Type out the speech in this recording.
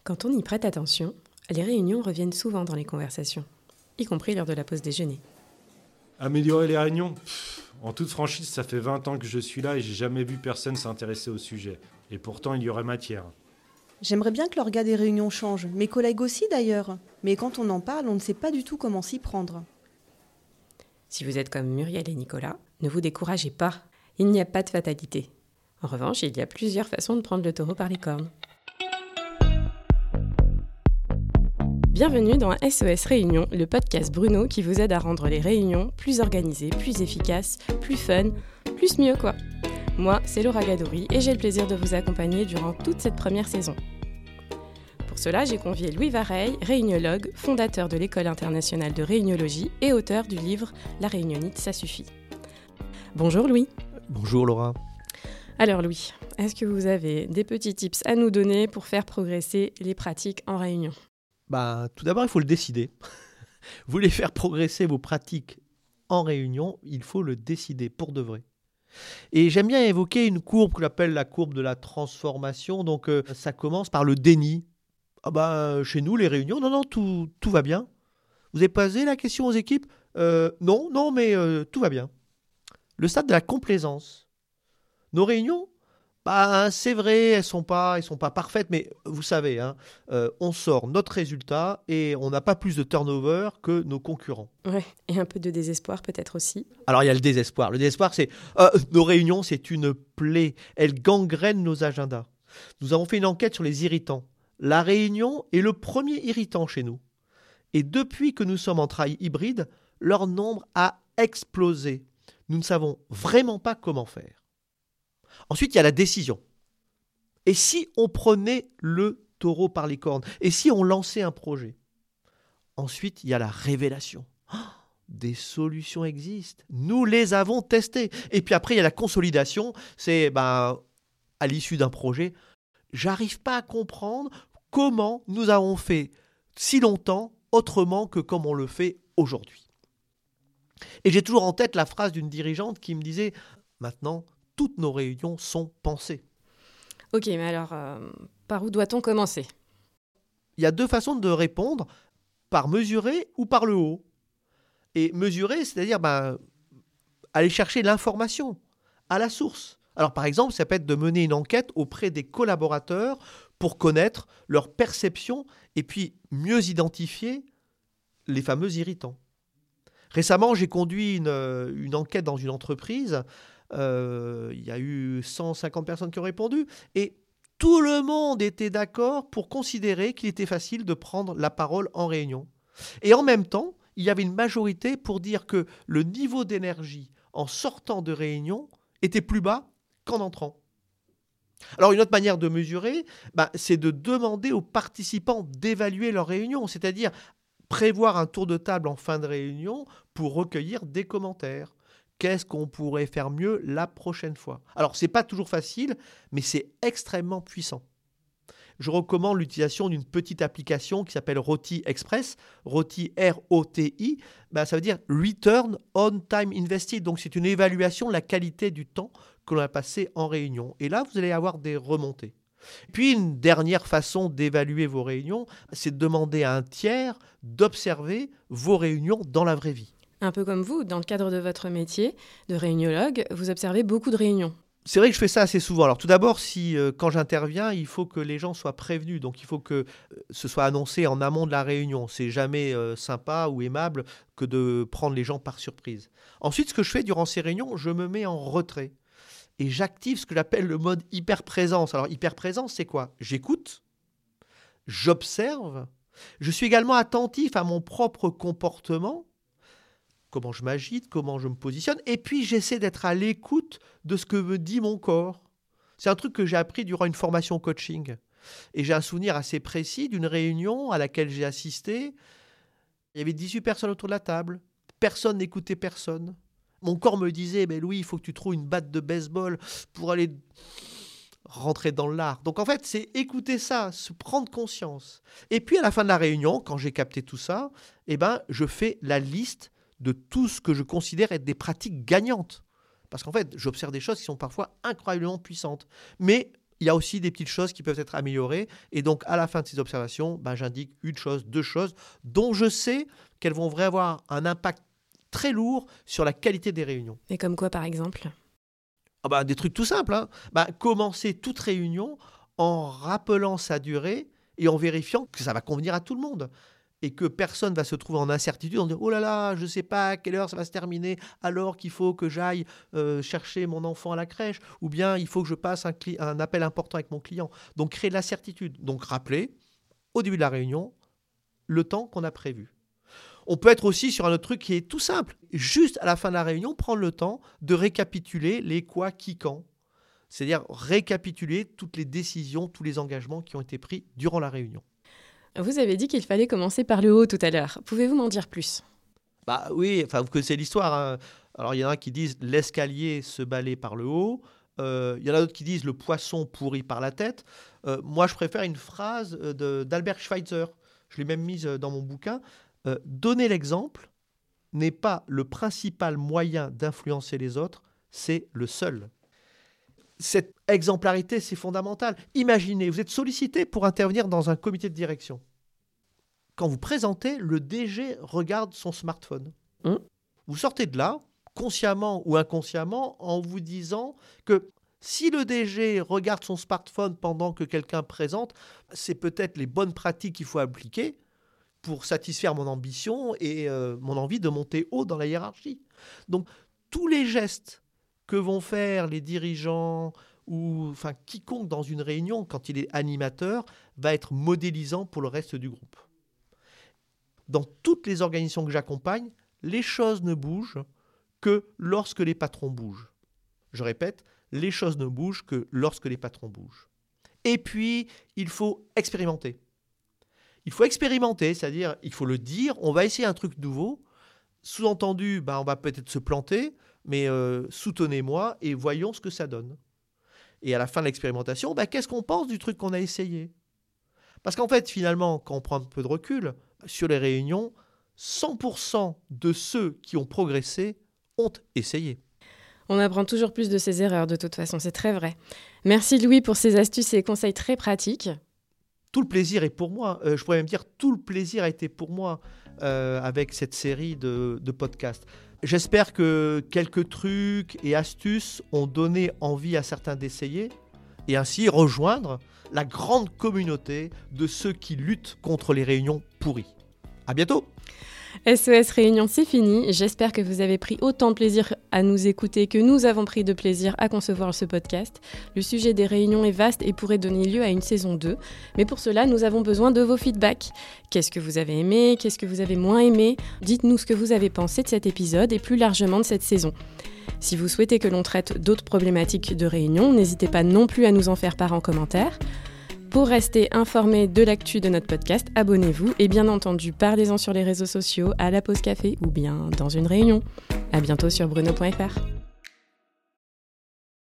Quand on y prête attention, les réunions reviennent souvent dans les conversations, y compris lors de la pause déjeuner. Améliorer les réunions ? En toute franchise, ça fait 20 ans que je suis là et j'ai jamais vu personne s'intéresser au sujet. Et pourtant, il y aurait matière. J'aimerais bien que l'orga des réunions change, mes collègues aussi d'ailleurs. Mais quand on en parle, on ne sait pas du tout comment s'y prendre. Si vous êtes comme Muriel et Nicolas, ne vous découragez pas. Il n'y a pas de fatalité. En revanche, il y a plusieurs façons de prendre le taureau par les cornes. Bienvenue dans SOS Réunion, le podcast Bruno qui vous aide à rendre les réunions plus organisées, plus efficaces, plus fun, plus mieux quoi. Moi, c'est Laura Gadouri et j'ai le plaisir de vous accompagner durant toute cette première saison. Pour cela, j'ai convié Louis Vareille, réuniologue, fondateur de l'École internationale de réuniologie et auteur du livre « La réunionnite, ça suffit ». Bonjour Louis. Bonjour Laura. Alors Louis, est-ce que vous avez des petits tips à nous donner pour faire progresser les pratiques en réunion ? Tout d'abord, il faut le décider. Vous voulez faire progresser vos pratiques en réunion, il faut le décider pour de vrai. Et j'aime bien évoquer une courbe que j'appelle la courbe de la transformation. Donc ça commence par le déni. Chez nous, les réunions, non, tout va bien. Vous avez posé la question aux équipes ? Non, mais tout va bien. Le stade de la complaisance. Nos réunions, c'est vrai, elles sont pas parfaites, mais vous savez, on sort notre résultat et on n'a pas plus de turnover que nos concurrents. Ouais, et un peu de désespoir peut-être aussi. Alors il y a le désespoir. Le désespoir, c'est nos réunions, c'est une plaie. Elles gangrènent nos agendas. Nous avons fait une enquête sur les irritants. La réunion est le premier irritant chez nous. Et depuis que nous sommes en travail hybride, leur nombre a explosé. Nous ne savons vraiment pas comment faire. Ensuite, il y a la décision. Et si on prenait le taureau par les cornes ? Et si on lançait un projet ? Ensuite, il y a la révélation. Des solutions existent. Nous les avons testées. Et puis après, il y a la consolidation. C'est à l'issue d'un projet, j'arrive pas à comprendre comment nous avons fait si longtemps autrement que comme on le fait aujourd'hui. Et j'ai toujours en tête la phrase d'une dirigeante qui me disait « Maintenant, toutes nos réunions sont pensées. » Ok, mais alors, par où doit-on commencer ? Il y a deux façons de répondre, par mesurer ou par le haut. Et mesurer, c'est-à-dire aller chercher l'information à la source. Alors par exemple, ça peut être de mener une enquête auprès des collaborateurs pour connaître leur perception et puis mieux identifier les fameux irritants. Récemment, j'ai conduit une enquête dans une entreprise. Il y a eu 150 personnes qui ont répondu et tout le monde était d'accord pour considérer qu'il était facile de prendre la parole en réunion. Et en même temps, il y avait une majorité pour dire que le niveau d'énergie en sortant de réunion était plus bas qu'en entrant. Alors une autre manière de mesurer, c'est de demander aux participants d'évaluer leur réunion, c'est-à-dire prévoir un tour de table en fin de réunion pour recueillir des commentaires. Qu'est-ce qu'on pourrait faire mieux la prochaine fois ? Alors, ce n'est pas toujours facile, mais c'est extrêmement puissant. Je recommande l'utilisation d'une petite application qui s'appelle Roti Express. Roti, R-O-T-I, ça veut dire Return on Time Invested. Donc, c'est une évaluation de la qualité du temps que l'on a passé en réunion. Et là, vous allez avoir des remontées. Puis, une dernière façon d'évaluer vos réunions, c'est de demander à un tiers d'observer vos réunions dans la vraie vie. Un peu comme vous, dans le cadre de votre métier de réuniologue, vous observez beaucoup de réunions. C'est vrai que je fais ça assez souvent. Alors tout d'abord, quand j'interviens, il faut que les gens soient prévenus. Donc il faut que ce soit annoncé en amont de la réunion. C'est jamais sympa ou aimable que de prendre les gens par surprise. Ensuite, ce que je fais durant ces réunions, je me mets en retrait. Et j'active ce que j'appelle le mode hyperprésence. Alors hyperprésence, c'est quoi ? J'écoute, j'observe, je suis également attentif à mon propre comportement, comment je m'agite, comment je me positionne, et puis j'essaie d'être à l'écoute de ce que me dit mon corps. C'est un truc que j'ai appris durant une formation coaching. Et j'ai un souvenir assez précis d'une réunion à laquelle j'ai assisté. Il y avait 18 personnes autour de la table. Personne n'écoutait personne. Mon corps me disait « Louis, il faut que tu trouves une batte de baseball pour aller rentrer dans l'art. » Donc en fait, c'est écouter ça, se prendre conscience. Et puis à la fin de la réunion, quand j'ai capté tout ça, je fais la liste de tout ce que je considère être des pratiques gagnantes. Parce qu'en fait, j'observe des choses qui sont parfois incroyablement puissantes. Mais il y a aussi des petites choses qui peuvent être améliorées. Et donc, à la fin de ces observations, j'indique une chose, 2 choses, dont je sais qu'elles vont vraiment avoir un impact très lourd sur la qualité des réunions. Et comme quoi, par exemple ? Des trucs tout simples. Commencer toute réunion en rappelant sa durée et en vérifiant que ça va convenir à tout le monde. Et que personne va se trouver en incertitude en disant « Oh là là, je ne sais pas à quelle heure ça va se terminer, alors qu'il faut que j'aille chercher mon enfant à la crèche, ou bien il faut que je passe un appel important avec mon client. » Donc, créer de la certitude. Donc, rappeler, au début de la réunion, le temps qu'on a prévu. On peut être aussi sur un autre truc qui est tout simple. Juste à la fin de la réunion, prendre le temps de récapituler les quoi, qui, quand. C'est-à-dire récapituler toutes les décisions, tous les engagements qui ont été pris durant la réunion. Vous avez dit qu'il fallait commencer par le haut tout à l'heure. Pouvez-vous m'en dire plus ? Oui, vous connaissez l'histoire. Hein. Alors, il y en a qui disent « l'escalier se balaye par le haut ». Il y en a d'autres qui disent « le poisson pourrit par la tête ». Moi, je préfère une phrase d'Albert Schweitzer. Je l'ai même mise dans mon bouquin. Donner l'exemple n'est pas le principal moyen d'influencer les autres, c'est le seul. Cette exemplarité, c'est fondamental. Imaginez, vous êtes sollicité pour intervenir dans un comité de direction. Quand vous présentez, le DG regarde son smartphone. Vous sortez de là, consciemment ou inconsciemment, en vous disant que si le DG regarde son smartphone pendant que quelqu'un présente, c'est peut-être les bonnes pratiques qu'il faut appliquer pour satisfaire mon ambition et mon envie de monter haut dans la hiérarchie. Donc, tous les gestes que vont faire les dirigeants ou quiconque dans une réunion, quand il est animateur, va être modélisant pour le reste du groupe. Dans toutes les organisations que j'accompagne, les choses ne bougent que lorsque les patrons bougent. Je répète, les choses ne bougent que lorsque les patrons bougent. Et puis, il faut expérimenter. Il faut expérimenter, c'est-à-dire, il faut le dire, on va essayer un truc nouveau. Sous-entendu, on va peut-être se planter, mais soutenez-moi et voyons ce que ça donne. Et à la fin de l'expérimentation, qu'est-ce qu'on pense du truc qu'on a essayé ? Parce qu'en fait, finalement, quand on prend un peu de recul, sur les réunions, 100% de ceux qui ont progressé ont essayé. On apprend toujours plus de ses erreurs, de toute façon, c'est très vrai. Merci Louis pour ces astuces et conseils très pratiques. Tout le plaisir est pour moi. Je pourrais même dire tout le plaisir a été pour moi avec cette série de podcasts. J'espère que quelques trucs et astuces ont donné envie à certains d'essayer et ainsi rejoindre la grande communauté de ceux qui luttent contre les réunions pourries. À bientôt. SOS Réunion, c'est fini. J'espère que vous avez pris autant de plaisir à nous écouter que nous avons pris de plaisir à concevoir ce podcast. Le sujet des réunions est vaste et pourrait donner lieu à une saison 2. Mais pour cela, nous avons besoin de vos feedbacks. Qu'est-ce que vous avez aimé ? Qu'est-ce que vous avez moins aimé ? Dites-nous ce que vous avez pensé de cet épisode et plus largement de cette saison. Si vous souhaitez que l'on traite d'autres problématiques de réunion, n'hésitez pas non plus à nous en faire part en commentaire. Pour rester informé de l'actu de notre podcast, abonnez-vous et bien entendu, parlez-en sur les réseaux sociaux, à la pause café ou bien dans une réunion. À bientôt sur bruno.fr.